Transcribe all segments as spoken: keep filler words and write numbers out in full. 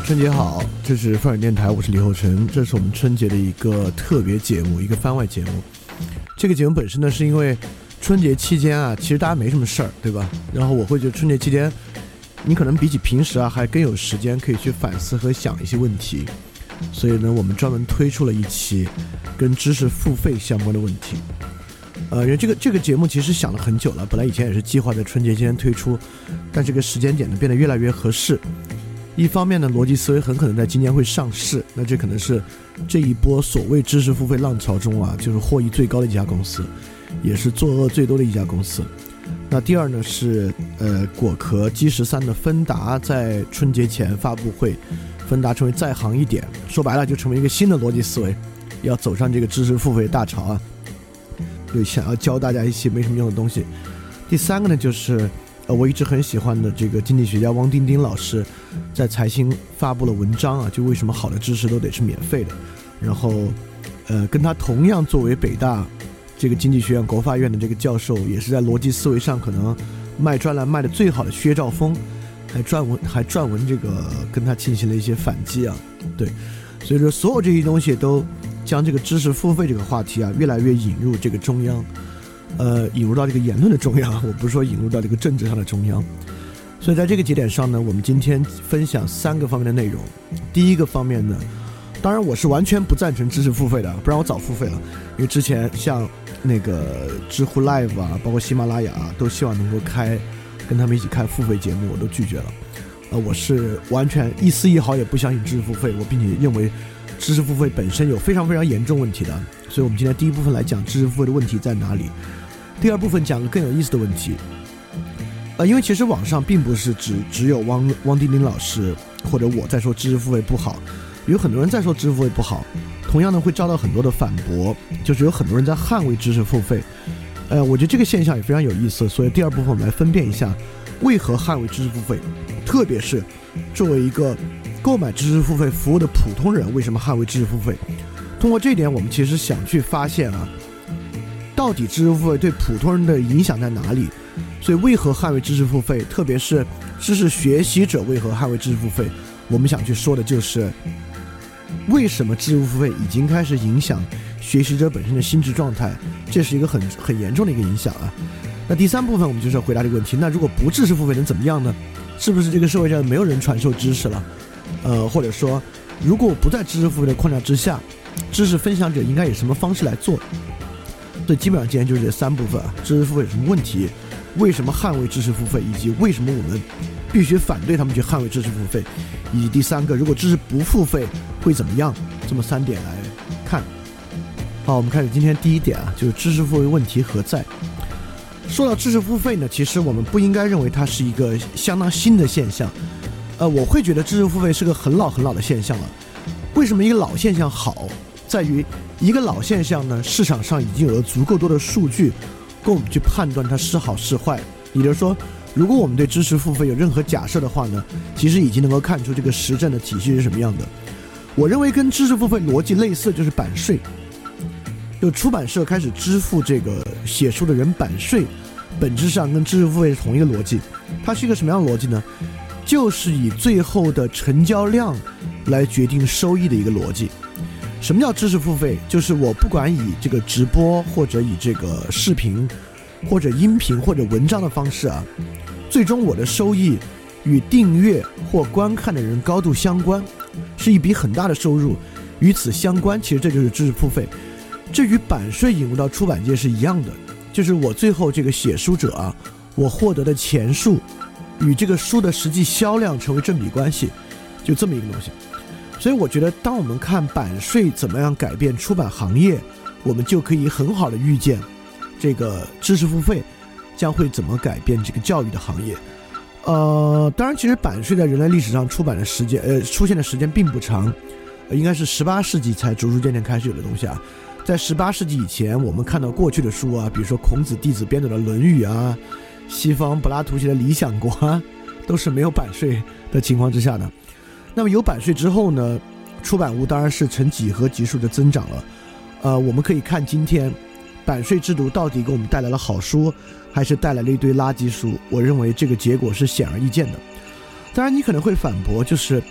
春节好，这是放眼电台，我是李厚成，这是我们春节的一个特别节目，一个番外节目。这个节目本身呢，是因为春节期间啊，其实大家没什么事儿，对吧？然后我会觉得春节期间，你可能比起平时啊，还更有时间可以去反思和想一些问题。所以呢，我们专门推出了一期跟知识付费相关的问题。呃，因为这个这个节目其实想了很久了，本来以前也是计划在春节期间推出，但这个时间点呢变得越来越合适。一方面呢，逻辑思维很可能在今年会上市，那这可能是这一波所谓知识付费浪潮中啊，就是获益最高的一家公司，也是作恶最多的一家公司。那第二呢是呃果壳 G 十三 的芬达在春节前发布会，芬达成为在行一点，说白了就成为一个新的逻辑思维，要走上这个知识付费大潮啊，就想要教大家一些没什么用的东西。第三个呢就是呃我一直很喜欢的这个经济学家汪丁丁老师在财新发布了文章啊，就为什么好的知识都得是免费的。然后呃跟他同样作为北大这个经济学院国发院的这个教授，也是在逻辑思维上可能卖专栏卖的最好的薛兆丰，还撰文还撰文这个跟他进行了一些反击啊。对，所以说所有这些东西都将这个知识付费这个话题啊越来越引入这个中央，呃引入到这个言论的中央，我不是说引入到这个政治上的中央。所以在这个节点上呢，我们今天分享三个方面的内容。第一个方面呢，当然我是完全不赞成知识付费的，不然我早付费了。因为之前像那个知乎 Live 啊，包括喜马拉雅啊，都希望能够开跟他们一起开付费节目，我都拒绝了。呃，我是完全一丝一毫也不相信知识付费，我并且认为知识付费本身有非常非常严重问题的。所以我们今天第一部分来讲知识付费的问题在哪里，第二部分讲个更有意思的问题。呃，因为其实网上并不是只只有汪汪丁丁老师或者我在说知识付费不好，有很多人在说知识付费不好，同样呢会遭到很多的反驳，就是有很多人在捍卫知识付费。呃，我觉得这个现象也非常有意思，所以第二部分我们来分辨一下为何捍卫知识付费，特别是作为一个购买知识付费服务的普通人，为什么捍卫知识付费。通过这一点，我们其实想去发现啊，到底知识付费对普通人的影响在哪里，所以为何捍卫知识付费，特别是知识学习者为何捍卫知识付费，我们想去说的就是为什么知识付费已经开始影响学习者本身的心智状态，这是一个很很严重的一个影响啊。那第三部分我们就是要回答这个问题，那如果不知识付费能怎么样呢？是不是这个社会上没有人传授知识了？呃，或者说如果不在知识付费的框架之下，知识分享者应该以什么方式来做？所以基本上今天就是这三部分啊，知识付费有什么问题，为什么捍卫知识付费，以及为什么我们必须反对他们去捍卫知识付费，以及第三个，如果知识不付费会怎么样，这么三点来看。好，我们开始今天第一点啊，就是知识付费问题何在。说到知识付费呢，其实我们不应该认为它是一个相当新的现象，呃，我会觉得知识付费是个很老很老的现象了。为什么一个老现象好，在于一个老现象呢，市场上已经有了足够多的数据供我们去判断它是好是坏。也就是说，如果我们对知识付费有任何假设的话呢，其实已经能够看出这个实证的体系是什么样的。我认为跟知识付费逻辑类似就是版税，就出版社开始支付这个写书的人版税，本质上跟知识付费是同一个逻辑。它是一个什么样的逻辑呢？就是以最后的成交量来决定收益的一个逻辑。什么叫知识付费？就是我不管以这个直播或者以这个视频或者音频或者文章的方式啊，最终我的收益与订阅或观看的人高度相关，是一笔很大的收入，与此相关，其实这就是知识付费。这与版税引入到出版界是一样的，就是我最后这个写书者啊，我获得的钱数与这个书的实际销量成为正比关系，就这么一个东西。所以我觉得当我们看版税怎么样改变出版行业，我们就可以很好的预见这个知识付费将会怎么改变这个教育的行业。呃，当然其实版税在人类历史上出版的时间呃出现的时间并不长，呃、应该是十八世纪才逐逐渐渐开始有的东西啊。在十八世纪以前，我们看到过去的书啊，比如说孔子弟子编纂的《论语》啊，西方柏拉图写的《理想国》啊，都是没有版税的情况之下的。那么有版税之后呢，出版物当然是呈几何级数的增长了。呃，我们可以看今天版税制度到底给我们带来了好书，还是带来了一堆垃圾书？我认为这个结果是显而易见的。当然，你可能会反驳，就是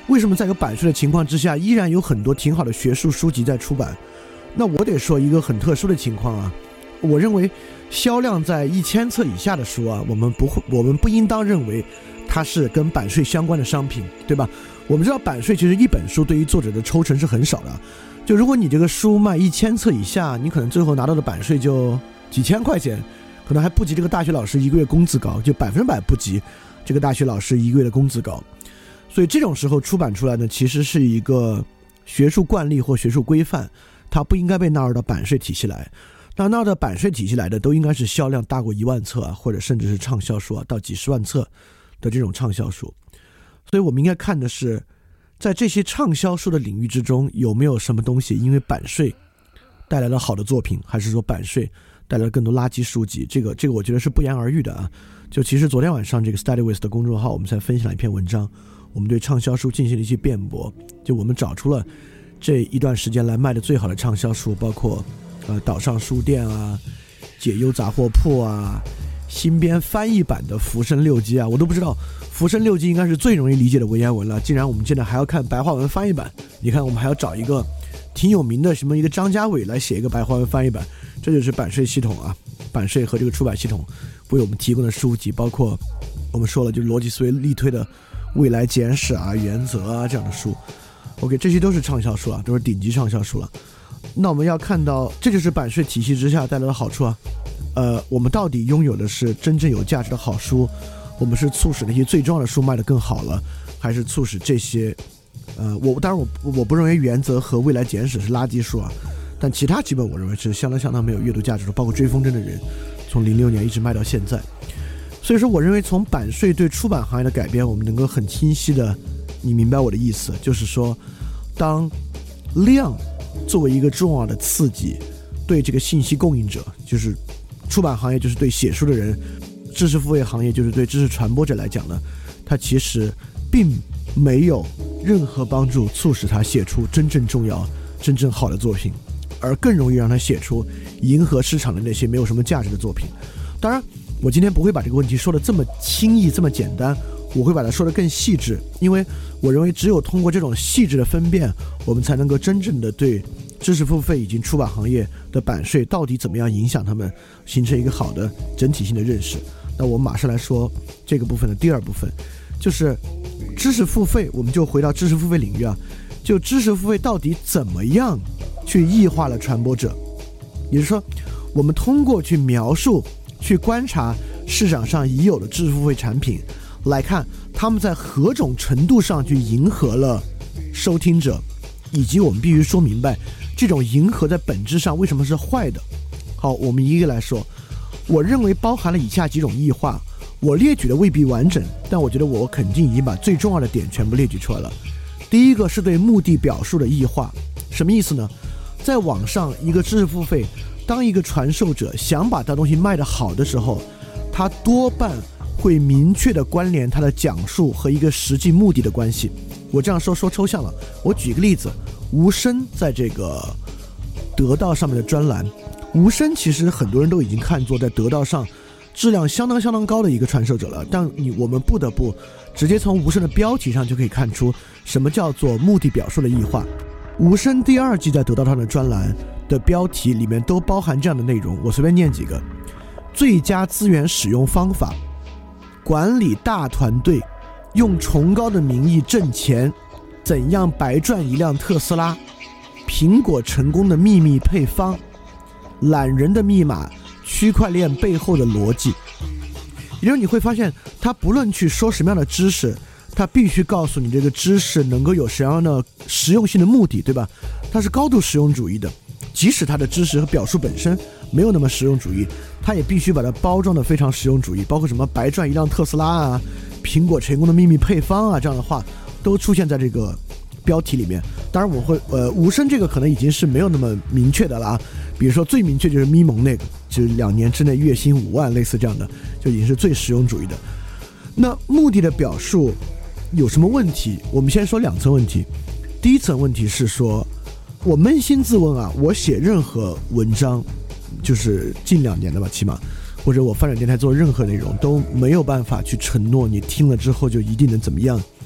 为什么在有版税的情况之下，依然有很多挺好的学术书籍在出版？那我得说一个很特殊的情况啊，我认为销量在一千册以下的书啊，我们不会，我们不应当认为它是跟版税相关的商品，对吧？我们知道版税其实一本书对于作者的抽成是很少的，就如果你这个书卖一千册以下，你可能最后拿到的版税就几千块钱，可能还不及这个大学老师一个月工资高，就百分之百不及这个大学老师一个月的工资高。所以这种时候出版出来呢，其实是一个学术惯例或学术规范，它不应该被纳入到版税体系来。那纳入到版税体系来的都应该是销量大过一万册啊，或者甚至是畅销书啊，到几十万册的这种畅销书。所以我们应该看的是，在这些畅销书的领域之中，有没有什么东西因为版税带来了好的作品，还是说版税带来了更多垃圾书籍？这个这个我觉得是不言而喻的啊。就其实昨天晚上这个 StudyWith 的公众号，我们才分享了一篇文章，我们对畅销书进行了一些辩驳。就我们找出了这一段时间来卖的最好的畅销书，包括呃岛上书店啊、解忧杂货铺啊、新编翻译版的《浮生六记》啊，我都不知道《浮生六记》应该是最容易理解的文言文了，竟然我们现在还要看白话文翻译版。你看，我们还要找一个挺有名的什么一个张家伟来写一个白话文翻译版，这就是版税系统啊，版税和这个出版系统为我们提供的书籍，包括我们说了，就是逻辑思维力推的《未来简史》啊、原则啊这样的书。OK， 这些都是畅销书啊，都是顶级畅销书了。那我们要看到，这就是版税体系之下带来的好处啊。呃，我们到底拥有的是真正有价值的好书，我们是促使那些最重要的书卖得更好了，还是促使这些呃，我当然我我不认为原则和未来简史是垃圾书啊，但其他几本我认为是相当相当没有阅读价值的，包括追风筝的人，从零六年一直卖到现在。所以说我认为从版税对出版行业的改变，我们能够很清晰的，你明白我的意思，就是说当量作为一个重要的刺激，对这个信息供应者，就是出版行业，就是对写书的人，知识付费行业就是对知识传播者来讲呢，它其实并没有任何帮助促使他写出真正重要真正好的作品，而更容易让他写出迎合市场的那些没有什么价值的作品。当然我今天不会把这个问题说得这么轻易这么简单，我会把它说得更细致，因为我认为只有通过这种细致的分辨，我们才能够真正的对知识付费以及出版行业的版税到底怎么样影响他们，形成一个好的整体性的认识。那我们马上来说这个部分的第二部分，就是知识付费。我们就回到知识付费领域啊，就知识付费到底怎么样去异化了传播者，也就是说我们通过去描述去观察市场上已有的知识付费产品，来看他们在何种程度上去迎合了收听者，以及我们必须说明白这种迎合在本质上为什么是坏的。好，我们一个来说，我认为包含了以下几种异化，我列举的未必完整，但我觉得我肯定已经把最重要的点全部列举出来了。第一个是对目的表述的异化，什么意思呢？在网上一个知识付费，当一个传授者想把他东西卖得好的时候，他多半会明确的关联他的讲述和一个实际目的的关系。我这样说说抽象了，我举个例子，吴声在这个得到上面的专栏，吴声其实很多人都已经看作在得到上质量相当相当高的一个传授者了，但你我们不得不直接从吴声的标题上就可以看出什么叫做目的表述的异化。吴声第二季在得到上的专栏的标题里面都包含这样的内容，我随便念几个：最佳资源使用方法，管理大团队，用崇高的名义挣钱，怎样白赚一辆特斯拉，苹果成功的秘密配方，懒人的密码，区块链背后的逻辑。也就是你会发现他不论去说什么样的知识，他必须告诉你这个知识能够有什么样的实用性的目的，对吧？他是高度实用主义的，即使他的知识和表述本身没有那么实用主义，他也必须把它包装的非常实用主义，包括什么白赚一辆特斯拉啊，苹果成功的秘密配方啊，这样的话都出现在这个标题里面。当然我会呃，吴声这个可能已经是没有那么明确的了啊，比如说最明确就是咪蒙那个，就是两年之内月薪五万，类似这样的，就已经是最实用主义的。那目的的表述有什么问题？我们先说两层问题。第一层问题是说，我扪心自问啊，我写任何文章，就是近两年的吧，起码，或者我发展电台做任何内容，都没有办法去承诺你听了之后就一定能怎么样。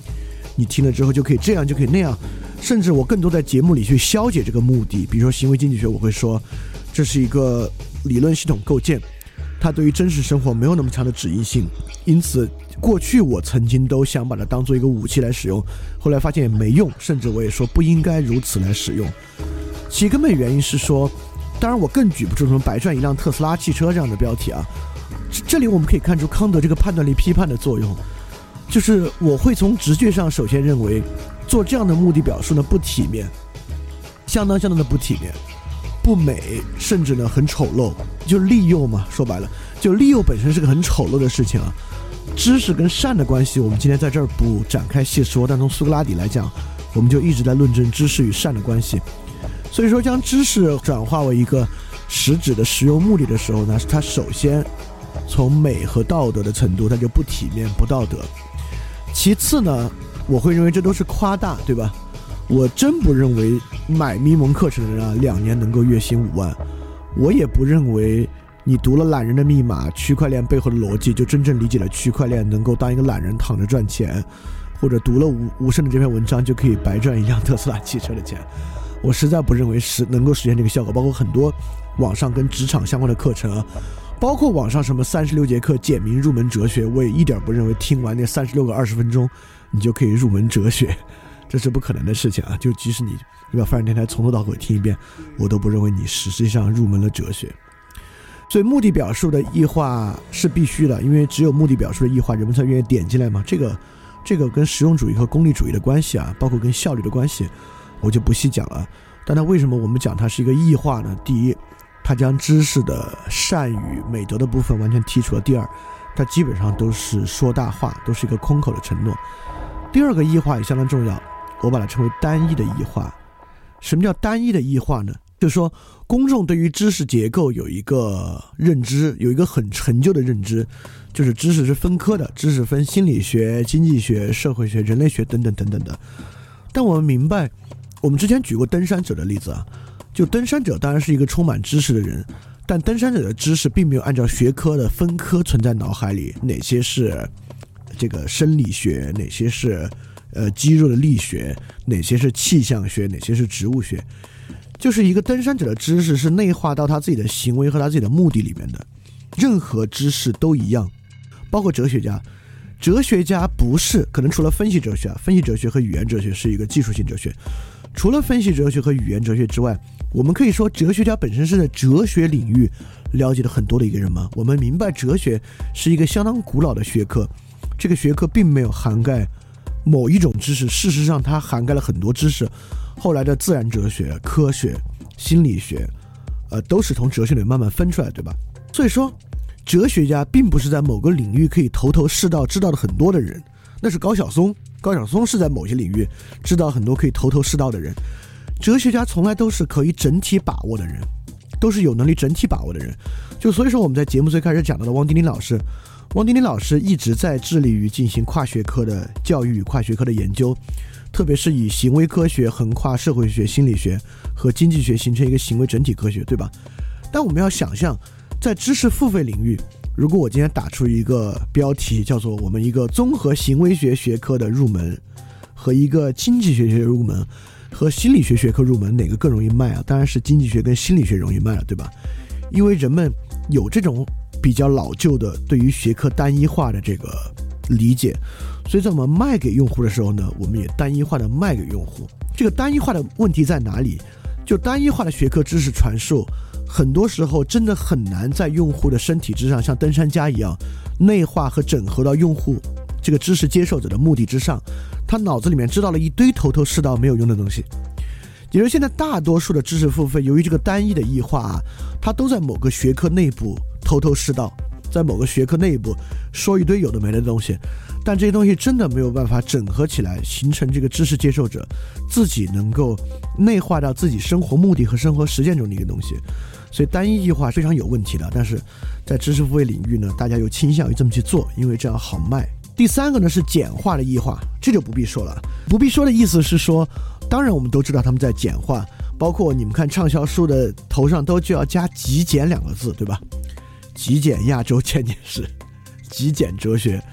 你听了之后就可以这样就可以那样，甚至我更多在节目里去消解这个目的。比如说行为经济学，我会说这是一个理论系统构建，它对于真实生活没有那么强的指引性，因此过去我曾经都想把它当做一个武器来使用，后来发现也没用，甚至我也说不应该如此来使用。其根本原因是说，当然我更举不出什么白赚一辆特斯拉汽车这样的标题啊，这里我们可以看出康德这个判断力批判的作用，就是我会从直觉上首先认为做这样的目的表述呢不体面，相当相当的不体面，不美，甚至呢很丑陋，就是利诱嘛，说白了就利诱本身是个很丑陋的事情啊。知识跟善的关系我们今天在这儿不展开细说，但从苏格拉底来讲，我们就一直在论证知识与善的关系。所以说将知识转化为一个实质的实用目的的时候呢，它首先从美和道德的程度它就不体面不道德。其次呢，我会认为这都是夸大，对吧？我真不认为买咪蒙课程的人啊两年能够月薪五万，我也不认为你读了懒人的密码区块链背后的逻辑就真正理解了区块链能够当一个懒人躺着赚钱，或者读了无无声的这篇文章就可以白赚一辆特斯拉汽车的钱。我实在不认为是能够实现这个效果。包括很多网上跟职场相关的课程啊，包括网上什么三十六节课简明入门哲学，我也一点不认为听完那三十六个二十分钟你就可以入门哲学，这是不可能的事情啊！就即使你你把泛人电台从头到尾听一遍，我都不认为你实际上入门了哲学。所以目的表述的异化是必须的，因为只有目的表述的异化，人们才愿意点进来嘛。这个这个跟实用主义和功利主义的关系啊，包括跟效率的关系，我就不细讲了。但它为什么我们讲它是一个异化呢？第一，它将知识的善与美德的部分完全剔除了；第二，它基本上都是说大话，都是一个空口的承诺。第二个异化也相当重要，我把它称为单一的异化。什么叫单一的异化呢？就是说公众对于知识结构有一个认知，有一个很陈旧的认知，就是知识是分科的，知识分心理学、经济学、社会学、人类学等等等等的。但我们明白，我们之前举过登山者的例子啊，就登山者当然是一个充满知识的人，但登山者的知识并没有按照学科的分科存在脑海里，哪些是这个生理学，哪些是呃肌肉的力学，哪些是气象学，哪些是植物学。就是一个登山者的知识是内化到他自己的行为和他自己的目的里面的，任何知识都一样，包括哲学家。哲学家不是，可能除了分析哲学，分析哲学和语言哲学是一个技术性哲学，除了分析哲学和语言哲学之外，我们可以说哲学家本身是在哲学领域了解了很多的一个人吗？我们明白哲学是一个相当古老的学科，这个学科并没有涵盖某一种知识，事实上它涵盖了很多知识。后来的自然哲学、科学、心理学，呃，都是从哲学里慢慢分出来，对吧？所以说，哲学家并不是在某个领域可以头头是道、知道的很多的人，那是高晓松。高晓松是在某些领域知道很多可以头头是道的人。哲学家从来都是可以整体把握的人，都是有能力整体把握的人。就所以说，我们在节目最开始讲到的汪丁丁老师，汪丁丁老师一直在致力于进行跨学科的教育与跨学科的研究。特别是以行为科学横跨社会学、心理学和经济学形成一个行为整体科学，对吧？但我们要想象，在知识付费领域，如果我今天打出一个标题叫做我们一个综合行为学学科的入门和一个经济学学入门和心理学学科入门，哪个更容易卖啊？当然是经济学跟心理学容易卖了，对吧？因为人们有这种比较老旧的对于学科单一化的这个理解，所以在我们卖给用户的时候呢，我们也单一化的卖给用户。这个单一化的问题在哪里？就单一化的学科知识传授，很多时候真的很难在用户的身体之上，像登山家一样内化和整合到用户这个知识接受者的目的之上。他脑子里面知道了一堆头头是道没有用的东西。也就是现在大多数的知识付费，由于这个单一的异化啊，它都在某个学科内部头头是道，在某个学科内部说一堆有的没的东西，但这些东西真的没有办法整合起来，形成这个知识接受者自己能够内化到自己生活目的和生活实践中的一个东西。所以单一异化非常有问题的，但是在知识付费领域呢，大家又倾向于这么去做，因为这样好卖。第三个呢是简化的异化，这就不必说了。不必说的意思是说，当然我们都知道他们在简化，包括你们看畅销书的头上都就要加极简两个字，对吧？极简亚洲千年史，极简哲学。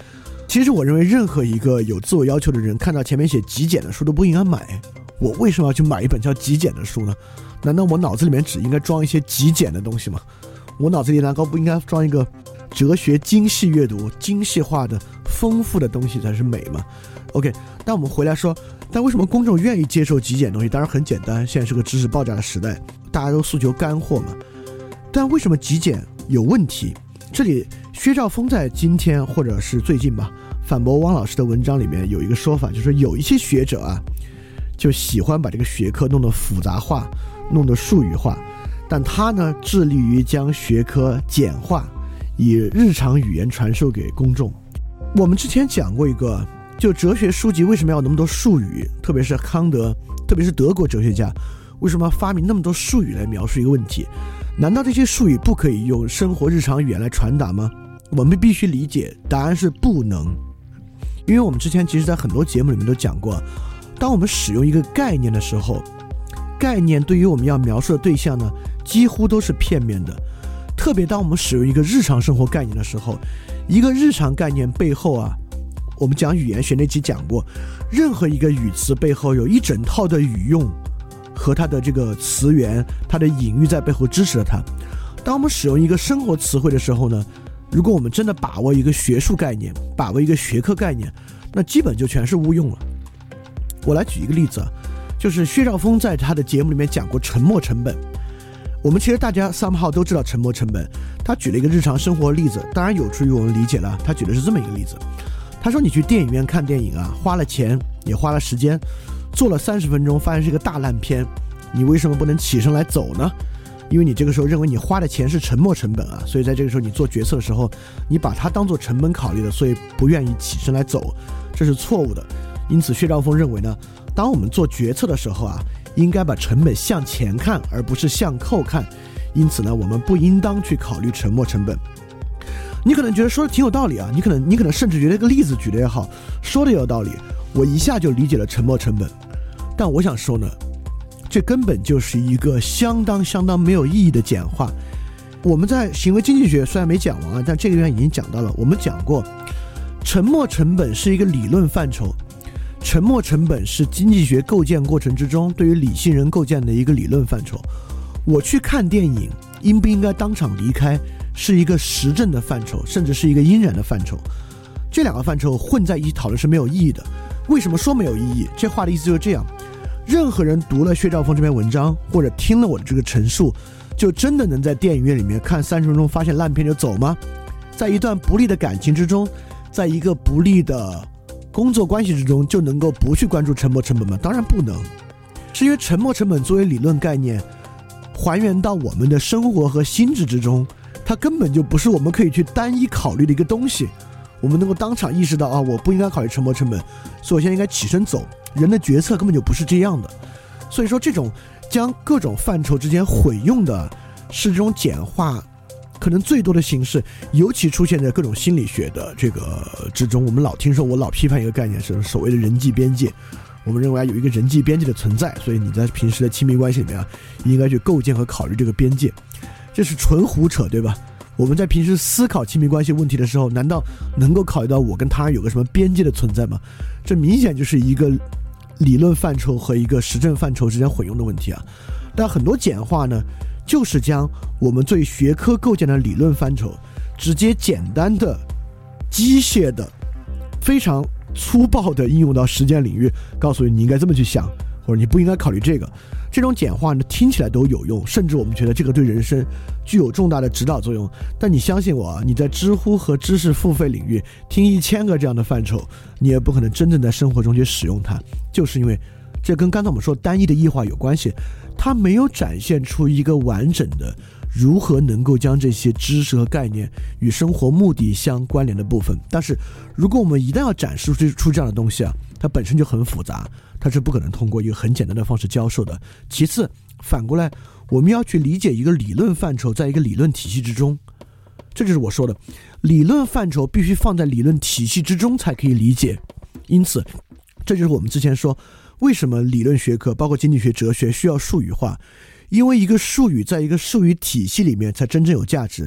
其实我认为任何一个有自我要求的人看到前面写极简的书都不应该买。我为什么要去买一本叫极简的书呢？难道我脑子里面只应该装一些极简的东西吗？我脑子里难道不应该装一个哲学精细阅读精细化的丰富的东西才是美吗？ OK， 但我们回来说，但为什么公众愿意接受极简的东西？当然很简单，现在是个知识爆炸的时代，大家都诉求干货嘛。但为什么极简有问题？这里薛兆丰在今天或者是最近吧反驳汪老师的文章里面有一个说法，就是有一些学者啊就喜欢把这个学科弄得复杂化，弄得术语化，但他呢致力于将学科简化，以日常语言传授给公众。我们之前讲过一个，就哲学书籍为什么要那么多术语，特别是康德，特别是德国哲学家为什么要发明那么多术语来描述一个问题？难道这些术语不可以用生活日常语言来传达吗？我们必须理解，答案是不能。因为我们之前其实在很多节目里面都讲过，当我们使用一个概念的时候，概念对于我们要描述的对象呢几乎都是片面的。特别当我们使用一个日常生活概念的时候，一个日常概念背后啊，我们讲语言学那期讲过，任何一个语词背后有一整套的语用和它的这个词源，它的隐喻在背后支持了它。当我们使用一个生活词汇的时候呢，如果我们真的把握一个学术概念，把握一个学科概念，那基本就全是误用了。我来举一个例子，就是薛兆丰在他的节目里面讲过沉没成本。我们其实大家 somehow 都知道沉没成本，他举了一个日常生活例子，当然有助于我们理解了。他举的是这么一个例子，他说你去电影院看电影啊，花了钱也花了时间，坐了三十分钟，发现是一个大烂片，你为什么不能起身来走呢？因为你这个时候认为你花的钱是沉没成本啊，所以在这个时候你做决策的时候，你把它当做成本考虑的，所以不愿意起身来走，这是错误的。因此薛兆丰认为呢，当我们做决策的时候啊，应该把成本向前看，而不是向后看。因此呢，我们不应当去考虑沉没成本。你可能觉得说的挺有道理啊，你可能你可能甚至觉得这个例子举的也好，说的有道理，我一下就理解了沉没成本。但我想说呢，这根本就是一个相当相当没有意义的简化。我们在行为经济学虽然没讲完啊，但这个地方已经讲到了。我们讲过，沉没成本是一个理论范畴，沉没成本是经济学构建过程之中对于理性人构建的一个理论范畴。我去看电影应不应该当场离开，是一个实证的范畴，甚至是一个因然的范畴。这两个范畴混在一起讨论是没有意义的。为什么说没有意义？这话的意思就是这样，任何人读了薛兆丰这篇文章，或者听了我的这个陈述，就真的能在电影院里面看三十分钟发现烂片就走吗？在一段不利的感情之中，在一个不利的工作关系之中，就能够不去关注沉没成本吗？当然不能。是因为沉没成本作为理论概念还原到我们的生活和心智之中，它根本就不是我们可以去单一考虑的一个东西。我们能够当场意识到啊，我不应该考虑沉没成本，所以我现在应该起身走。人的决策根本就不是这样的。所以说这种将各种范畴之间混用的是这种简化可能最多的形式，尤其出现在各种心理学的这个之中。我们老听说，我老批判一个概念是所谓的人际边界，我们认为有一个人际边界的存在，所以你在平时的亲密关系里面啊，应该去构建和考虑这个边界，这是纯胡扯，对吧？我们在平时思考亲密关系问题的时候，难道能够考虑到我跟他人有个什么边界的存在吗？这明显就是一个理论范畴和一个实证范畴之间混用的问题啊。但很多简化呢，就是将我们对学科构建的理论范畴直接简单的机械的非常粗暴的应用到实践领域，告诉你你应该这么去想，或者你不应该考虑这个。这种简化呢，听起来都有用，甚至我们觉得这个对人生具有重大的指导作用。但你相信我啊，你在知乎和知识付费领域听一千个这样的范畴，你也不可能真正在生活中去使用它，就是因为这跟刚才我们说单一的异化有关系，它没有展现出一个完整的如何能够将这些知识和概念与生活目的相关联的部分。但是如果我们一旦要展示出这样的东西啊，它本身就很复杂，它是不可能通过一个很简单的方式教授的。其次，反过来我们要去理解一个理论范畴在一个理论体系之中，这就是我说的理论范畴必须放在理论体系之中才可以理解。因此这就是我们之前说为什么理论学科包括经济学、哲学需要术语化，因为一个术语在一个术语体系里面才真正有价值。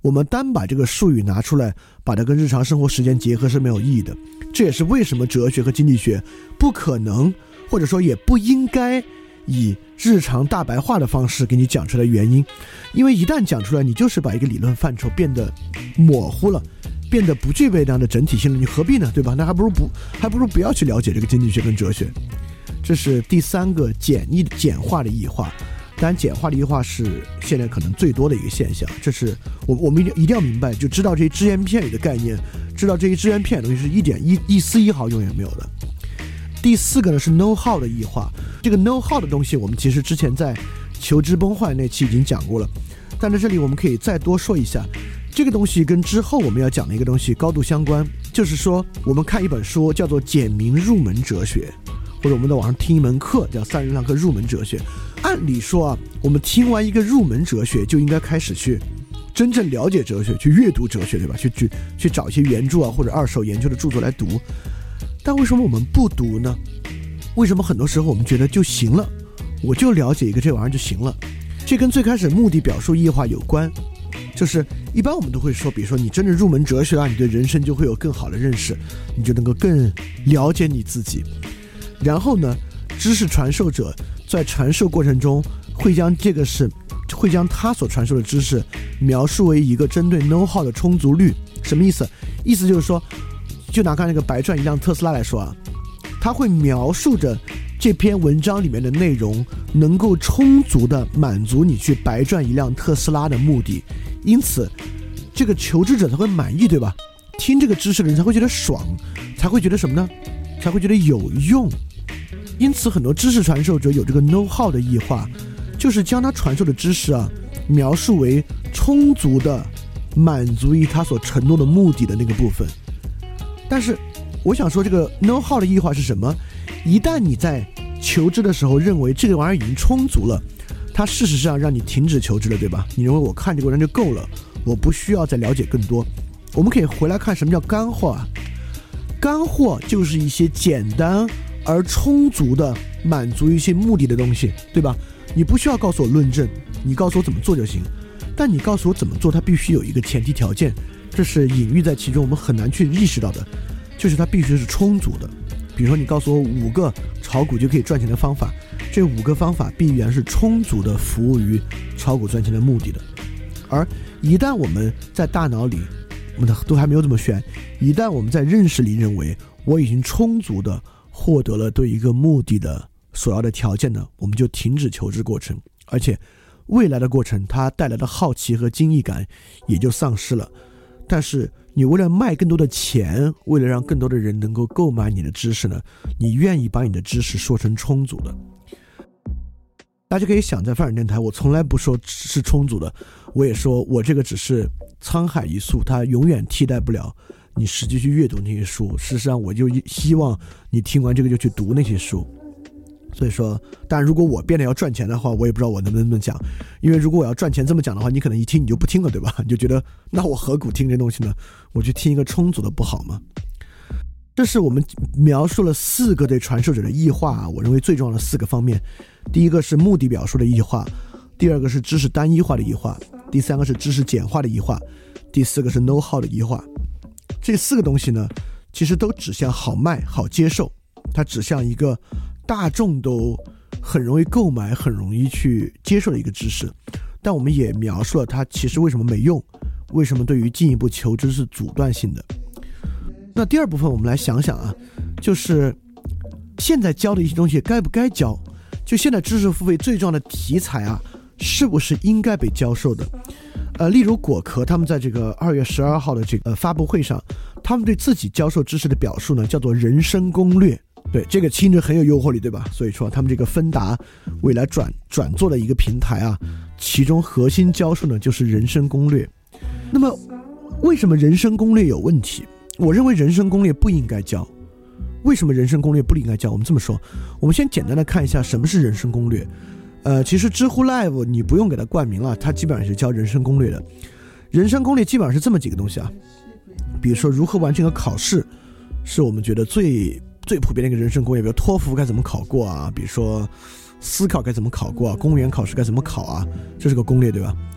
我们单把这个术语拿出来，把它跟日常生活实践结合是没有意义的。这也是为什么哲学和经济学不可能，或者说也不应该以日常大白话的方式给你讲出来的原因。因为一旦讲出来，你就是把一个理论范畴变得模糊了，变得不具备那样的整体性了，你何必呢？对吧？那还不如不还不如不要去了解这个经济学跟哲学。这是第三个简易简化的异化。当然简化的异化是现在可能最多的一个现象，这是我我们一定一定要明白，就知道这些只言片语的概念，知道这些只言片语的东西是一点一一丝一毫永远没有的。第四个呢是 know how 的异化。这个 know how 的东西我们其实之前在求知崩坏那期已经讲过了，但在这里我们可以再多说一下，这个东西跟之后我们要讲的一个东西高度相关。就是说我们看一本书叫做简明入门哲学，或者我们在网上听一门课叫三十堂课入门哲学。按理说啊，我们听完一个入门哲学就应该开始去真正了解哲学，去阅读哲学，对吧？去去去找一些原著啊或者二手研究的著作来读。但为什么我们不读呢？为什么很多时候我们觉得就行了，我就了解一个这玩意儿就行了？这跟最开始目的表述异化有关。就是一般我们都会说，比如说你真的入门哲学啊，你对人生就会有更好的认识，你就能够更了解你自己。然后呢，知识传授者在传授过程中会将这个是会将他所传授的知识描述为一个针对 know how 的充足率。什么意思？意思就是说，就拿刚才那个白赚一辆特斯拉来说啊，他会描述着这篇文章里面的内容能够充足的满足你去白赚一辆特斯拉的目的，因此这个求知者才会满意，对吧？听这个知识的人才会觉得爽，才会觉得什么呢？才会觉得有用。因此很多知识传授者有这个 know how 的异化，就是将他传授的知识啊描述为充足的满足于他所承诺的目的的那个部分。但是我想说，这个 know how 的异化是什么？一旦你在求知的时候认为这个玩意儿已经充足了，它事实上让你停止求知了，对吧？你认为我看这个文章就够了，我不需要再了解更多。我们可以回来看什么叫干货啊？干货就是一些简单而充足的满足一些目的的东西，对吧？你不需要告诉我论证，你告诉我怎么做就行。但你告诉我怎么做，它必须有一个前提条件，这是隐喻在其中，我们很难去意识到的，就是它必须是充足的。比如说你告诉我五个炒股就可以赚钱的方法，这五个方法必然是充足的服务于炒股赚钱的目的的。而一旦我们在大脑里，我们都还没有这么选，一旦我们在认识里认为我已经充足的获得了对一个目的的所要的条件呢，我们就停止求知过程，而且未来的过程它带来的好奇和惊异感也就丧失了。但是你为了卖更多的钱，为了让更多的人能够购买你的知识呢，你愿意把你的知识说成充足的。大家可以想，在发展电台我从来不说是充足的，我也说我这个只是沧海一粟，它永远替代不了你实际去阅读那些书。事实上我就希望你听完这个就去读那些书。所以说，但如果我变得要赚钱的话，我也不知道我能不能讲，因为如果我要赚钱这么讲的话，你可能一听你就不听了，对吧？你就觉得那我何苦听这东西呢？我去听一个充足的不好吗？这是我们描述了四个对传授者的异化啊，我认为最重要的四个方面。第一个是目的表述的异化，第二个是知识单一化的异化，第三个是知识简化的异化，第四个是 know how 的异化。这四个东西呢，其实都指向好卖、好接受，它指向一个大众都很容易购买、很容易去接受的一个知识。但我们也描述了它其实为什么没用，为什么对于进一步求知是阻断性的。那第二部分我们来想想啊，就是现在教的一些东西该不该教，就现在知识付费最重要的题材啊，是不是应该被教授的。呃，例如果壳他们在这个二月十二号的这个、呃、发布会上，他们对自己教授知识的表述呢，叫做人生攻略。对，这个听着很有诱惑力，对吧？所以说他们这个芬达未来转转做的一个平台啊，其中核心教授呢就是人生攻略。那么为什么人生攻略有问题？我认为人生攻略不应该教。为什么人生攻略不应该教？我们这么说，我们先简单的看一下什么是人生攻略。呃，其实知乎 Live 你不用给它冠名了，它基本上是教人生攻略的。人生攻略基本上是这么几个东西啊，比如说如何完成一个考试，是我们觉得最最普遍的一个人生攻略，比如托福该怎么考过啊，比如说思考该怎么考过啊，公务员考试该怎么考啊，这是个攻略，对吧？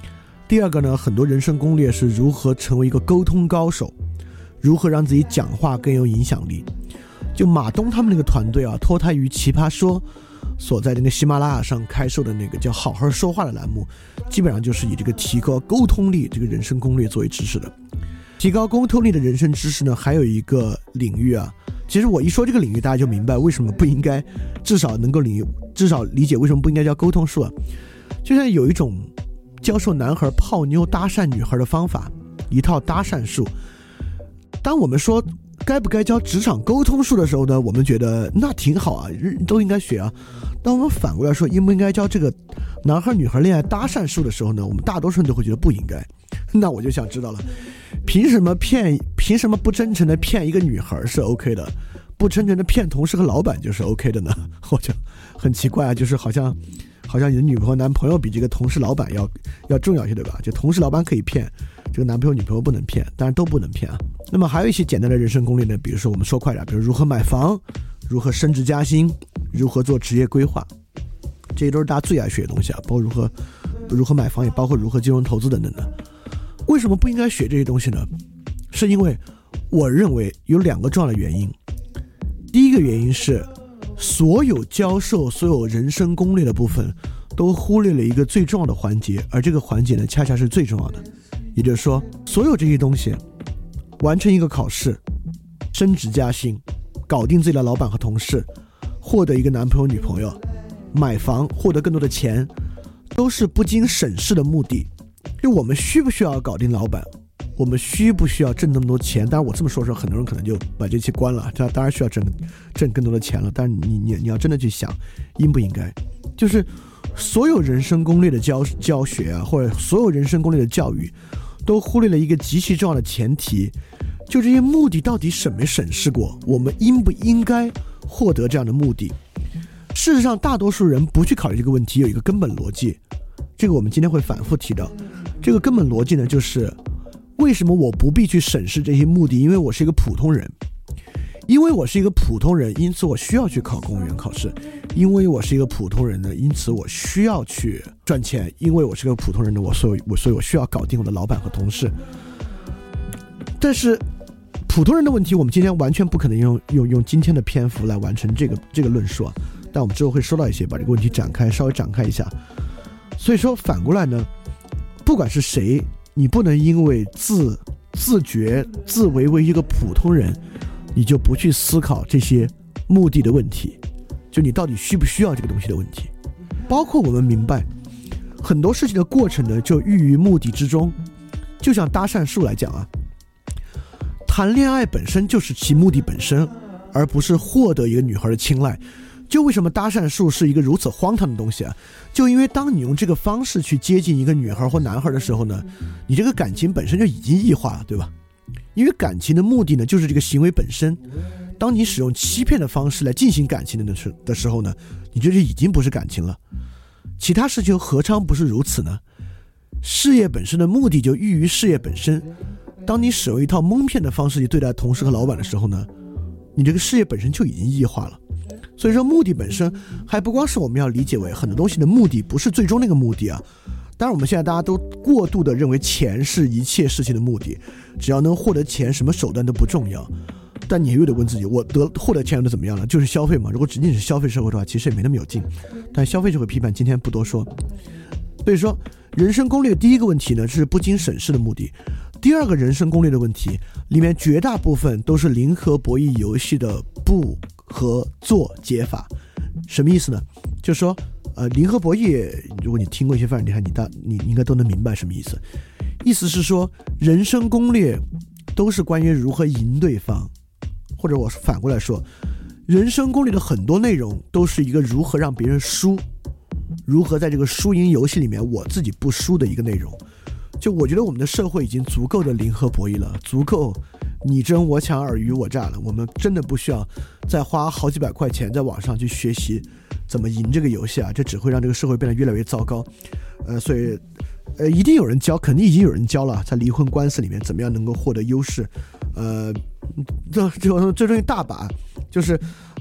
第二个呢，很多人生攻略是如何成为一个沟通高手，如何让自己讲话更有影响力。就马东他们那个团队啊，脱胎于奇葩说所在那个喜马拉雅上开设的那个叫好好说话的栏目，基本上就是以这个提高沟通力这个人生攻略作为知识的。提高沟通力的人生知识呢，还有一个领域啊，其实我一说这个领域大家就明白为什么不应该，至少能够领域至少理解为什么不应该叫沟通术啊。就像有一种教授男孩泡妞搭讪女孩的方法，一套搭讪术。当我们说该不该教职场沟通术的时候呢，我们觉得那挺好啊，都应该学啊。当我们反过来说应不应该教这个男孩女孩恋爱搭讪术的时候呢，我们大多数人都会觉得不应该。那我就想知道了，凭什么骗凭什么不真诚的骗一个女孩是 OK 的，不真诚的骗同事和老板就是 OK 的呢？我就很奇怪啊，就是好像好像你的女朋友男朋友比这个同事老板要要重要些，对吧？就同事老板可以骗，这个男朋友女朋友不能骗，当然都不能骗啊。那么还有一些简单的人生攻略呢，比如说我们说快点，比如如何买房，如何升职加薪，如何做职业规划，这些都是大家最爱学的东西啊，包括如何如何买房，也包括如何金融投资等等的。为什么不应该学这些东西呢？是因为我认为有两个重要的原因。第一个原因是所有教授所有人生攻略的部分都忽略了一个最重要的环节，而这个环节呢恰恰是最重要的。也就是说，所有这些东西，完成一个考试，升职加薪，搞定自己的老板和同事，获得一个男朋友女朋友，买房，获得更多的钱，都是不经审视的目的。就我们需不需要搞定老板，我们需不需要挣那么多钱？当然我这么说的时候，很多人可能就把这期关了，这当然需要挣挣更多的钱了，但是你你你要真的去想应不应该，就是所有人生攻略的教教学啊，或者所有人生攻略的教育都忽略了一个极其重要的前提，就这些目的到底审没审视过，我们应不应该获得这样的目的。事实上大多数人不去考虑这个问题有一个根本逻辑，这个我们今天会反复提到。这个根本逻辑呢，就是为什么我不必去审视这些目的？因为我是一个普通人，因为我是一个普通人，因此我需要去考公务员考试。因为我是一个普通人呢，因此我需要去赚钱。因为我是个普通人呢，我所以我所以我需要搞定我的老板和同事。但是普通人的问题，我们今天完全不可能用用用今天的篇幅来完成这个这个论述啊。但我们之后会说到一些，把这个问题展开，稍微展开一下。所以说反过来呢，不管是谁，你不能因为自自觉自为为一个普通人，你就不去思考这些目的的问题，就你到底需不需要这个东西的问题。包括我们明白很多事情的过程呢，就寓于目的之中。就像搭讪术来讲啊，谈恋爱本身就是其目的本身，而不是获得一个女孩的青睐。就为什么搭讪术是一个如此荒唐的东西啊？就因为当你用这个方式去接近一个女孩或男孩的时候呢，你这个感情本身就已经异化了，对吧？因为感情的目的呢，就是这个行为本身。当你使用欺骗的方式来进行感情的时候呢，你这就已经不是感情了。其他事情何尝不是如此呢？事业本身的目的就寓于事业本身。当你使用一套蒙骗的方式去对待同事和老板的时候呢，你这个事业本身就已经异化了。所以说目的本身还不光是我们要理解为很多东西的目的不是最终那个目的啊。当然我们现在大家都过度的认为钱是一切事情的目的，只要能获得钱什么手段都不重要。但你又得问自己，我得获得钱又能怎么样呢？就是消费嘛。如果仅仅是消费社会的话，其实也没那么有劲。但消费社会批判今天不多说。所以说人生攻略第一个问题呢，是不经审视的目的。第二个人生攻略的问题里面绝大部分都是零和博弈游戏的不合作解法。什么意思呢？就是说呃，零和博弈，如果你听过一些范儿厉害，你大你应该都能明白什么意思。意思是说人生攻略都是关于如何赢对方，或者我反过来说，人生攻略的很多内容都是一个如何让别人输，如何在这个输赢游戏里面我自己不输的一个内容。就我觉得我们的社会已经足够的零和博弈了，足够你争我抢尔虞我诈了，我们真的不需要再花好几百块钱在网上去学习怎么赢这个游戏啊，这只会让这个社会变得越来越糟糕。呃，所以呃，一定有人教，肯定已经有人教了，在离婚官司里面怎么样能够获得优势。呃，这这这东西大把，就是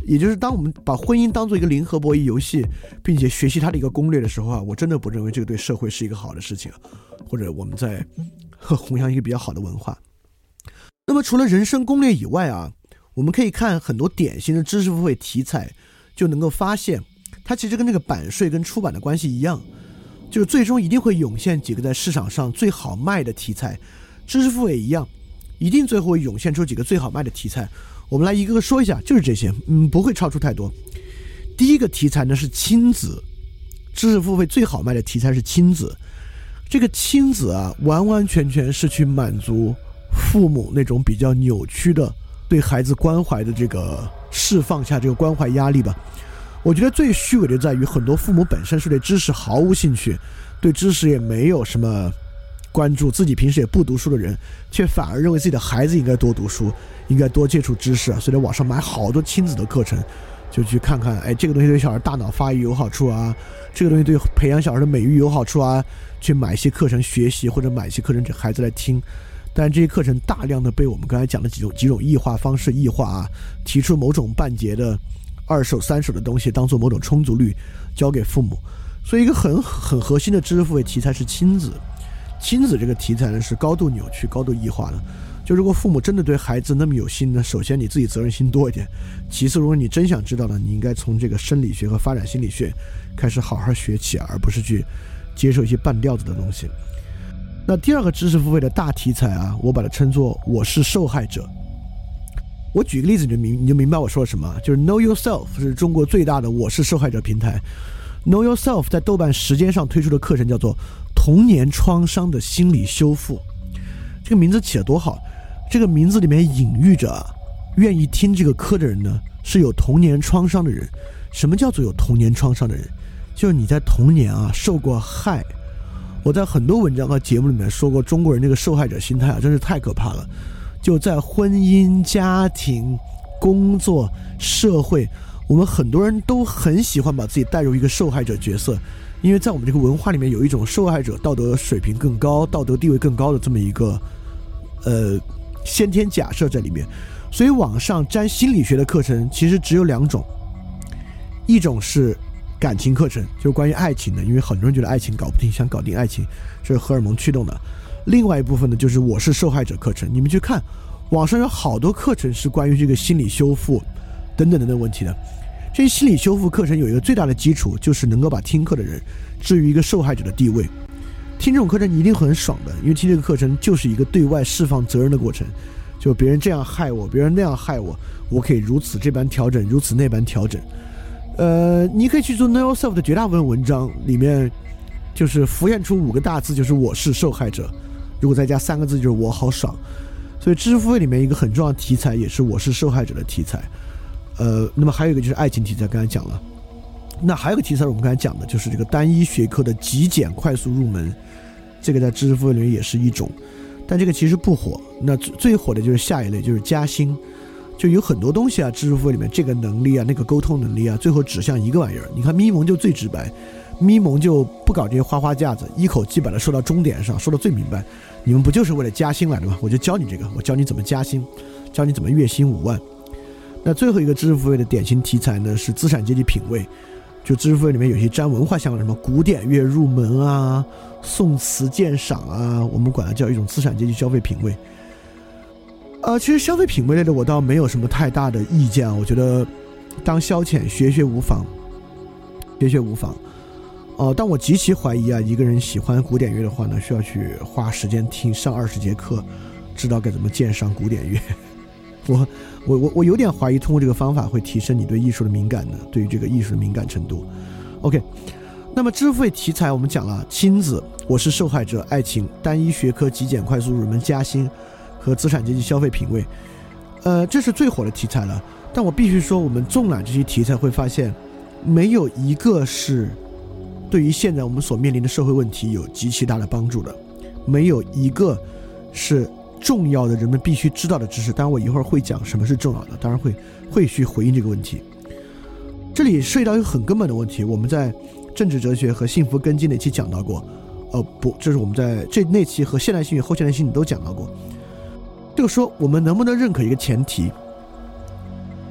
也就是当我们把婚姻当做一个零和博弈游戏，并且学习它的一个攻略的时候啊，我真的不认为这个对社会是一个好的事情，或者我们在弘扬一个比较好的文化。那么除了人生攻略以外啊，我们可以看很多典型的知识付费题材，就能够发现它其实跟这个版税跟出版的关系一样，就是最终一定会涌现几个在市场上最好卖的题材，知识付费一样，一定最后会涌现出几个最好卖的题材。我们来一个个说一下，就是这些，嗯，不会超出太多。第一个题材呢是亲子，知识付费最好卖的题材是亲子。这个亲子啊，完完全全是去满足父母那种比较扭曲的对孩子关怀的这个释放下这个关怀压力吧。我觉得最虚伪的在于很多父母本身是对知识毫无兴趣，对知识也没有什么关注，自己平时也不读书的人，却反而认为自己的孩子应该多读书，应该多接触知识啊，所以在网上买好多亲子的课程，就去看看，哎，这个东西对小孩大脑发育有好处啊，这个东西对培养小孩的美育有好处啊，去买一些课程学习，或者买一些课程给孩子来听。但这些课程大量的被我们刚才讲的几种几种异化方式异化啊，提出某种半截的二手三手的东西当做某种充足率交给父母。所以一个很很核心的知识付费题材是亲子。亲子这个题材呢是高度扭曲高度异化的，就如果父母真的对孩子那么有心呢，首先你自己责任心多一点，其次如果你真想知道呢，你应该从这个生理学和发展心理学开始好好学起，而不是去接受一些半吊子的东西。那第二个知识付费的大题材啊，我把它称作我是受害者。我举个例子你就明你就明白我说什么，就是 Know Yourself 是中国最大的我是受害者平台。Know Yourself 在豆瓣时间上推出的课程叫做童年创伤的心理修复。这个名字起得多好，这个名字里面隐喻着啊，愿意听这个课的人呢是有童年创伤的人。什么叫做有童年创伤的人？就是你在童年啊受过害。我在很多文章和节目里面说过，中国人这个受害者心态啊真是太可怕了。就在婚姻、家庭、工作、社会，我们很多人都很喜欢把自己带入一个受害者角色，因为在我们这个文化里面有一种受害者道德水平更高、道德地位更高的这么一个呃先天假设在里面。所以网上沾心理学的课程其实只有两种，一种是感情课程，就是关于爱情的，因为很多人觉得爱情搞不定，想搞定爱情，这是荷尔蒙驱动的。另外一部分呢，就是我是受害者课程。你们去看网上有好多课程是关于这个心理修复等等等等问题的。这些心理修复课程有一个最大的基础，就是能够把听课的人置于一个受害者的地位。听这种课程你一定很爽的，因为听这个课程就是一个对外释放责任的过程，就别人这样害我，别人那样害我，我可以如此这般调整，如此那般调整。呃，你可以去做 Know Yourself 的绝大部分文章里面，就是浮现出五个大字，就是我是受害者，如果再加三个字就是我好爽。所以知识付费里面一个很重要的题材也是我是受害者的题材。呃，那么还有一个就是爱情题材，刚才讲了。那还有一个题材我们刚才讲的就是这个单一学科的极简快速入门，这个在知识付费里面也是一种，但这个其实不火。那最火的就是下一类，就是加薪。就有很多东西啊，知识付费里面这个能力啊，那个沟通能力啊，最后指向一个玩意儿。你看咪蒙就最直白，咪蒙就不搞这些花花架子，一口气把它说到终点上，说到最明白。你们不就是为了加薪来的吗？我就教你这个，我教你怎么加薪，教你怎么月薪五万。那最后一个知识付费的典型题材呢，是资产阶级品味。就知识付费里面有些沾文化相关的，什么古典乐入门啊，宋词鉴赏啊，我们管它叫一种资产阶级消费品味。呃，其实消费品味类的我倒没有什么太大的意见啊，我觉得当消遣学学无妨，学学无妨。哦、呃，但我极其怀疑啊，一个人喜欢古典乐的话呢，需要去花时间听上二十节课，知道该怎么鉴赏古典乐。我我我我有点怀疑，通过这个方法会提升你对艺术的敏感的，对于这个艺术的敏感程度。OK， 那么知识付费题材我们讲了亲子、我是受害者、爱情、单一学科、极简快速入门、加薪和资产阶级消费品味。呃，这是最火的题材了。但我必须说，我们纵览这些题材会发现，没有一个是对于现在我们所面临的社会问题有极其大的帮助的，没有一个是重要的人们必须知道的知识。当然我一会儿会讲什么是重要的，当然会会去回应这个问题。这里涉及到一个很根本的问题，我们在政治哲学和幸福根基那期讲到过，呃不，这是我们在这那期和现代性与后现代性都讲到过。就是说我们能不能认可一个前提，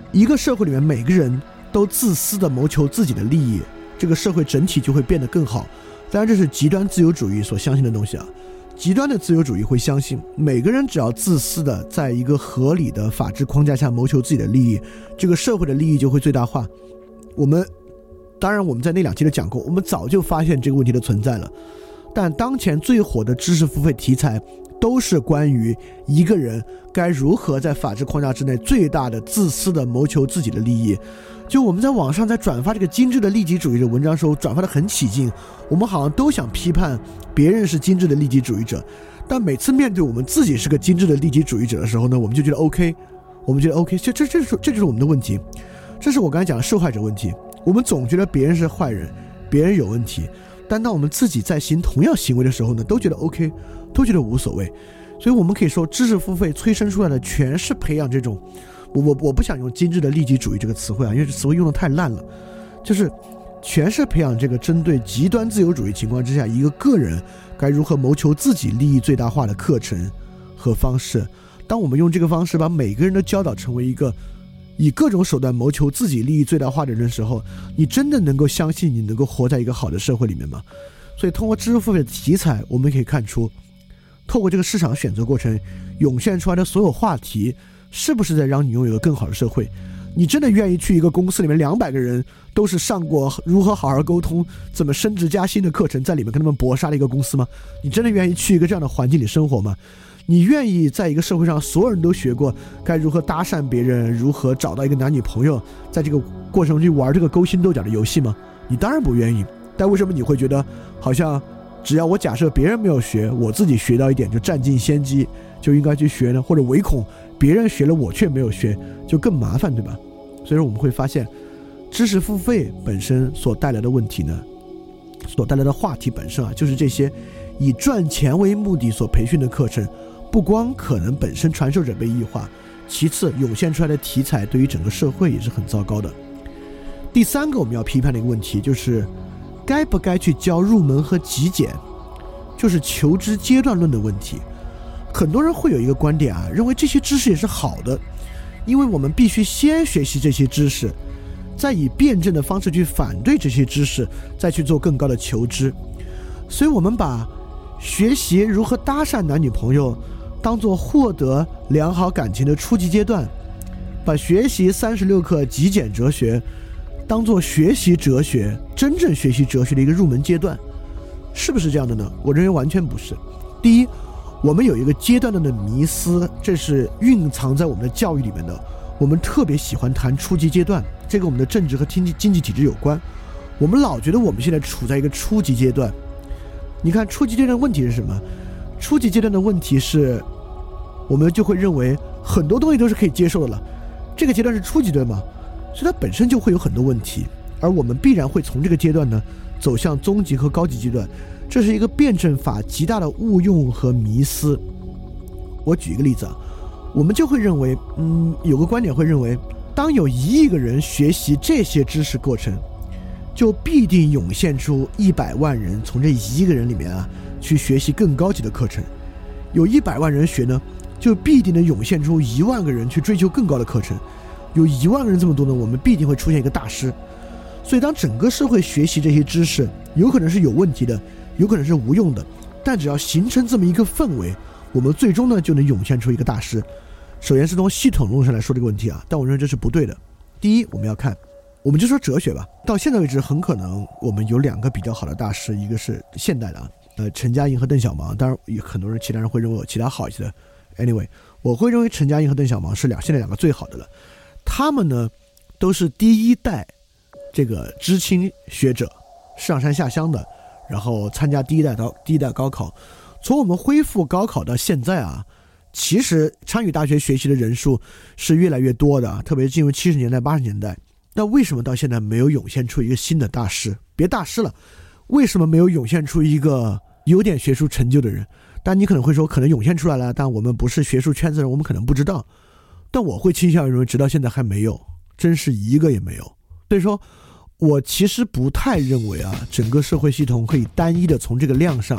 一个社会里面每个人都自私的谋求自己的利益，这个社会整体就会变得更好。当然这是极端自由主义所相信的东西啊。极端的自由主义会相信每个人只要自私的在一个合理的法治框架下谋求自己的利益，这个社会的利益就会最大化。我们当然我们在那两期都讲过，我们早就发现这个问题的存在了，但当前最火的知识付费题材都是关于一个人该如何在法治框架之内最大的自私的谋求自己的利益。就我们在网上在转发这个精致的利己主义的文章的时候，转发的很起劲，我们好像都想批判别人是精致的利己主义者，但每次面对我们自己是个精致的利己主义者的时候呢，我们就觉得 OK， 我们觉得 OK， 这这这这就是我们的问题。这是我刚才讲的受害者问题，我们总觉得别人是坏人，别人有问题，但当我们自己在行同样行为的时候呢，都觉得 OK， 都觉得无所谓。所以我们可以说知识付费催生出来的全是培养这种，我我我不想用精致的利己主义这个词汇啊，因为这词汇用的太烂了，就是全是培养这个针对极端自由主义情况之下一个个人该如何谋求自己利益最大化的课程和方式。当我们用这个方式把每个人都教导成为一个以各种手段谋求自己利益最大化的人的时候，你真的能够相信你能够活在一个好的社会里面吗？所以通过知识付费的题材，我们可以看出透过这个市场选择过程涌现出来的所有话题是不是在让你拥有一个更好的社会。你真的愿意去一个公司里面两百个人都是上过如何好好沟通怎么升职加薪的课程，在里面跟他们搏杀的一个公司吗？你真的愿意去一个这样的环境里生活吗？你愿意在一个社会上所有人都学过该如何搭讪别人，如何找到一个男女朋友，在这个过程中去玩这个勾心斗角的游戏吗？你当然不愿意。但为什么你会觉得好像只要我假设别人没有学，我自己学到一点就占尽先机，就应该去学呢？或者唯恐别人学了我却没有学，就更麻烦，对吧？所以说我们会发现知识付费本身所带来的问题呢，所带来的话题本身啊，就是这些以赚钱为目的所培训的课程，不光可能本身传授者被异化，其次涌现出来的题材对于整个社会也是很糟糕的。第三个我们要批判的一个问题就是该不该去教入门和极简，就是求知阶段论的问题。很多人会有一个观点啊，认为这些知识也是好的，因为我们必须先学习这些知识，再以辩证的方式去反对这些知识，再去做更高的求知。所以我们把学习如何搭讪男女朋友当作获得良好感情的初级阶段，把学习三十六课极简哲学当作学习哲学，真正学习哲学的一个入门阶段，是不是这样的呢？我认为完全不是。第一，我们有一个阶段的迷思，这是蕴藏在我们的教育里面的。我们特别喜欢谈初级阶段，这跟我们的政治和经济经济体制有关。我们老觉得我们现在处在一个初级阶段。你看初级阶段的问题是什么？初级阶段的问题是，我们就会认为很多东西都是可以接受的了，这个阶段是初级阶段嘛，所以它本身就会有很多问题，而我们必然会从这个阶段呢走向中级和高级阶段，这是一个辩证法极大的误用和迷思。我举一个例子啊，我们就会认为，嗯，有个观点会认为，当有一亿个人学习这些知识过程，就必定涌现出一百万人从这一亿个人里面啊去学习更高级的课程。有一百万人学呢，就必定能涌现出一万个人去追求更高的课程。有一万个人这么多呢，我们必定会出现一个大师。所以当整个社会学习这些知识，有可能是有问题的，有可能是无用的，但只要形成这么一个氛围，我们最终呢就能涌现出一个大师。首先是从系统论上来说这个问题啊，但我认为这是不对的。第一，我们要看，我们就说哲学吧，到现在为止很可能我们有两个比较好的大师，一个是现代的啊，呃，陈嘉映和邓小芒，当然有很多人其他人会认为有其他好一些的。Anyway， 我会认为陈嘉映和邓小芒是两现在两个最好的了。他们呢都是第一代这个知青学者，上山下乡的，然后参加第一代到第一代高考。从我们恢复高考到现在啊，其实参与大学学习的人数是越来越多的，特别是进入七十年代八十年代。那为什么到现在没有涌现出一个新的大师？别大师了，为什么没有涌现出一个有点学术成就的人？但你可能会说可能涌现出来了，但我们不是学术圈子人，我们可能不知道。但我会倾向于认为直到现在还没有，真是一个也没有。所以说我其实不太认为啊，整个社会系统可以单一的从这个量上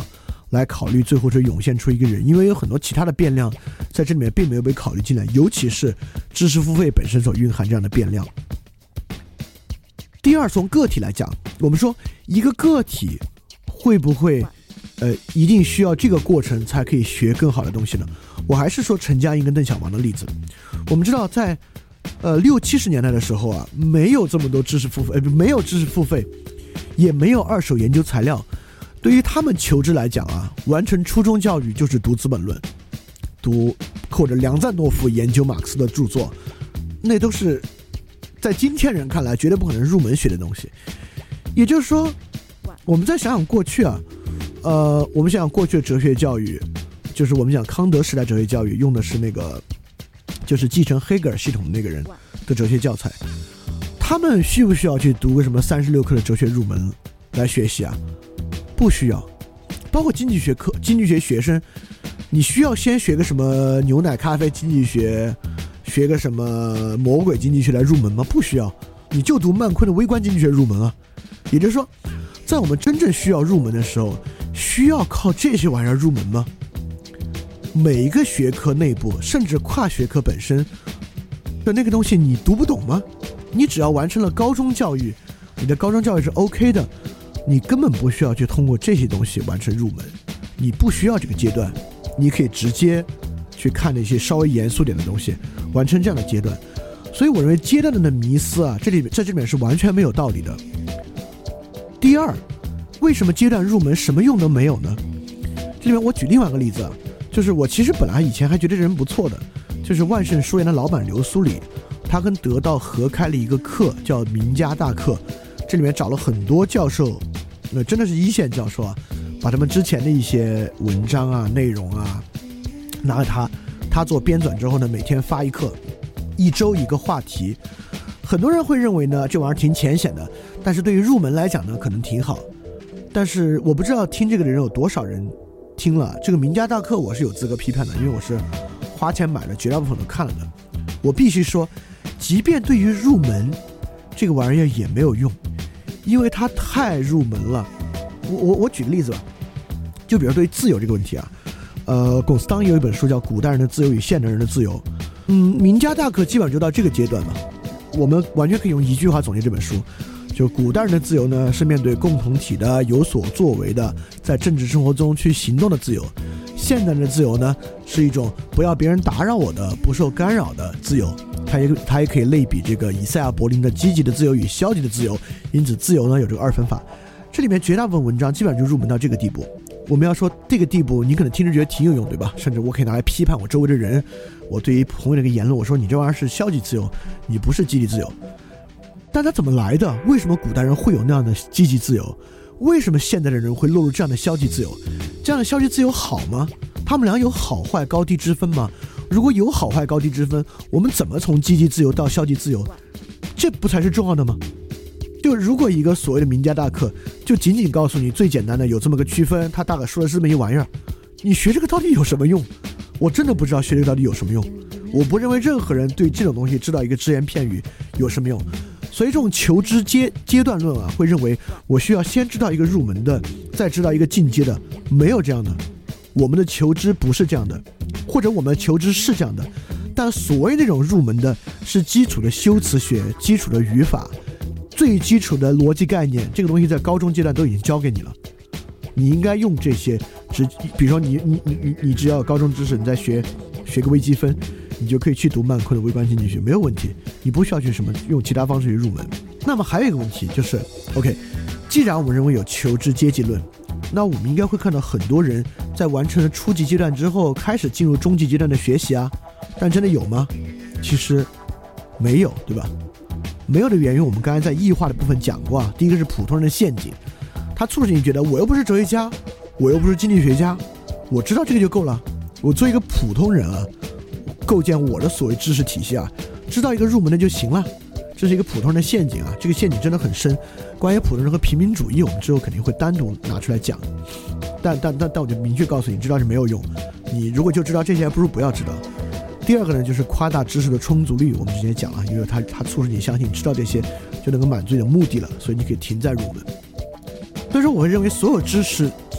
来考虑最后是涌现出一个人，因为有很多其他的变量在这里面并没有被考虑进来，尤其是知识付费本身所蕴含这样的变量。第二，从个体来讲，我们说一个个体会不会呃一定需要这个过程才可以学更好的东西呢？我还是说陈嘉映跟邓小芒的例子。我们知道在呃六七十年代的时候啊，没有这么多知识付费，呃没有知识付费，也没有二手研究材料。对于他们求知来讲啊，完成初中教育就是读《资本论》，读或者梁赞诺夫研究马克思的著作，那都是在今天人看来绝对不可能入门学的东西。也就是说，我们再想想过去啊，呃，我们想想过去的哲学教育，就是我们讲康德时代哲学教育用的是那个，就是继承黑格尔系统的那个人的哲学教材，他们需不需要去读个什么三十六课的哲学入门来学习啊？不需要。包括经济学课，经济学学生，你需要先学个什么牛奶咖啡经济学，学个什么魔鬼经济学来入门吗？不需要，你就读曼昆的微观经济学入门啊。也就是说，在我们真正需要入门的时候，需要靠这些玩意儿入门吗？每一个学科内部，甚至跨学科本身的那个东西，你读不懂吗？你只要完成了高中教育，你的高中教育是 OK 的，你根本不需要去通过这些东西完成入门，你不需要这个阶段，你可以直接去看那些稍微严肃点的东西，完成这样的阶段。所以我认为阶段的迷思啊，这里在这里面是完全没有道理的。第二，为什么阶段入门什么用都没有呢？这里面我举另外一个例子啊，就是我其实本来以前还觉得这人不错的，就是万盛书园的老板刘苏里，他跟得到合开了一个课叫名家大课，这里面找了很多教授，那真的是一线教授啊，把他们之前的一些文章啊内容啊拿给他，他做编纂之后呢，每天发一课，一周一个话题。很多人会认为呢这玩意儿挺浅显的，但是对于入门来讲呢可能挺好。但是我不知道听这个的人有多少人听了这个名家大课，我是有资格批判的，因为我是花钱买了，绝大部分都看了的。我必须说，即便对于入门这个玩意儿也没有用，因为它太入门了。我我我举个例子吧，就比如对于自由这个问题啊，呃，龚斯当有一本书叫《古代人的自由与现代人的自由》，嗯，名家大课基本上就到这个阶段了。我们完全可以用一句话总结这本书，就古代人的自由呢，是面对共同体的有所作为的，在政治生活中去行动的自由；现代人的自由呢，是一种不要别人打扰我的、不受干扰的自由。它也它也可以类比这个以赛亚柏林的积极的自由与消极的自由，因此自由呢有这个二分法。这里面绝大部分文章基本上就入门到这个地步。我们要说这个地步，你可能听着觉得挺有用，对吧？甚至我可以拿来批判我周围的人，我对于朋友的一个言论，我说你这玩意儿是消极自由，你不是积极自由。但它怎么来的？为什么古代人会有那样的积极自由？为什么现代的人会落入这样的消极自由？这样的消极自由好吗？他们俩有好坏高低之分吗？如果有好坏高低之分，我们怎么从积极自由到消极自由？这不才是重要的吗？就如果一个所谓的名家大课就仅仅告诉你最简单的有这么个区分，他大概说的是这么一玩意儿，你学这个到底有什么用？我真的不知道学这个到底有什么用。我不认为任何人对这种东西知道一个只言片语有什么用。所以这种求知阶阶段论啊，会认为我需要先知道一个入门的，再知道一个进阶的，没有这样的。我们的求知不是这样的，或者我们的求知是这样的，但所谓那种入门的是基础的修辞学、基础的语法、最基础的逻辑概念，这个东西在高中阶段都已经教给你了。你应该用这些，只比如说你你你你你只要有高中知识，你再学学个微积分，你就可以去读曼昆的微观经济学，没有问题。你不需要去什么用其他方式去入门。那么还有一个问题就是 ，OK， 既然我们认为有求知阶级论，那我们应该会看到很多人在完成了初级阶段之后，开始进入中级阶段的学习啊。但真的有吗？其实没有，对吧？没有的原因，我们刚才在异化的部分讲过啊。第一个是普通人的陷阱，他促使你觉得我又不是哲学家，我又不是经济学家，我知道这个就够了。我做一个普通人啊，构建我的所谓知识体系啊，知道一个入门的就行了。这是一个普通人的陷阱啊，这个陷阱真的很深。关于普通人和平民主义，我们之后肯定会单独拿出来讲。但但但但我就明确告诉你，知道是没有用。你如果就知道这些，还不如不要知道。第二个呢，就是夸大知识的充足率，我们之前讲了，因为它它促使你相信知道这些就能够满足你的目的了，所以你可以停在入门。所以说，我会认为所有知识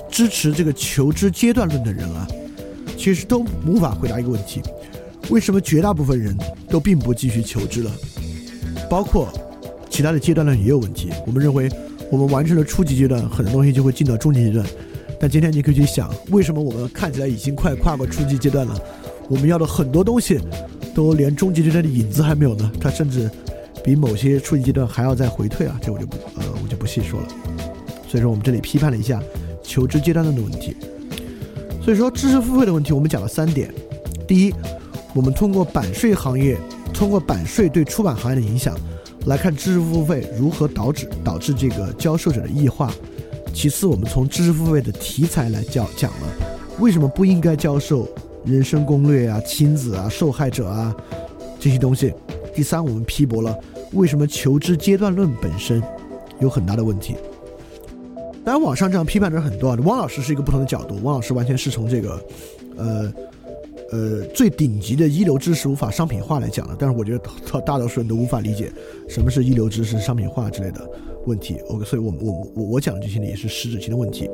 支持这个求知阶段论的人啊，其实都无法回答一个问题：为什么绝大部分人都并不继续求知了？包括其他的阶段论也有问题。我们认为我们完成了初级阶段，很多东西就会进到中级阶段。但今天你可以去想，为什么我们看起来已经快跨过初级阶段了，我们要的很多东西都连中级阶段的影子还没有呢？它甚至比某些初级阶段还要再回退啊！这我就不呃我就不细说了。所以说我们这里批判了一下求知阶段论的问题。所以说知识付费的问题我们讲了三点。第一，我们通过版税行业，通过版税对出版行业的影响来看知识付费如何导致导致这个教授者的异化。其次，我们从知识付费的题材来讲讲了为什么不应该教授人生攻略啊、亲子啊、受害者啊这些东西。第三，我们批驳了为什么求知阶段论本身有很大的问题。当然网上这样批判的人很多啊，汪老师是一个不同的角度，汪老师完全是从这个呃呃最顶级的一流知识无法商品化来讲的，但是我觉得大多数人都无法理解什么是一流知识商品化之类的问题。 OK， 所以我我我我讲的这些呢也是实质性的问题。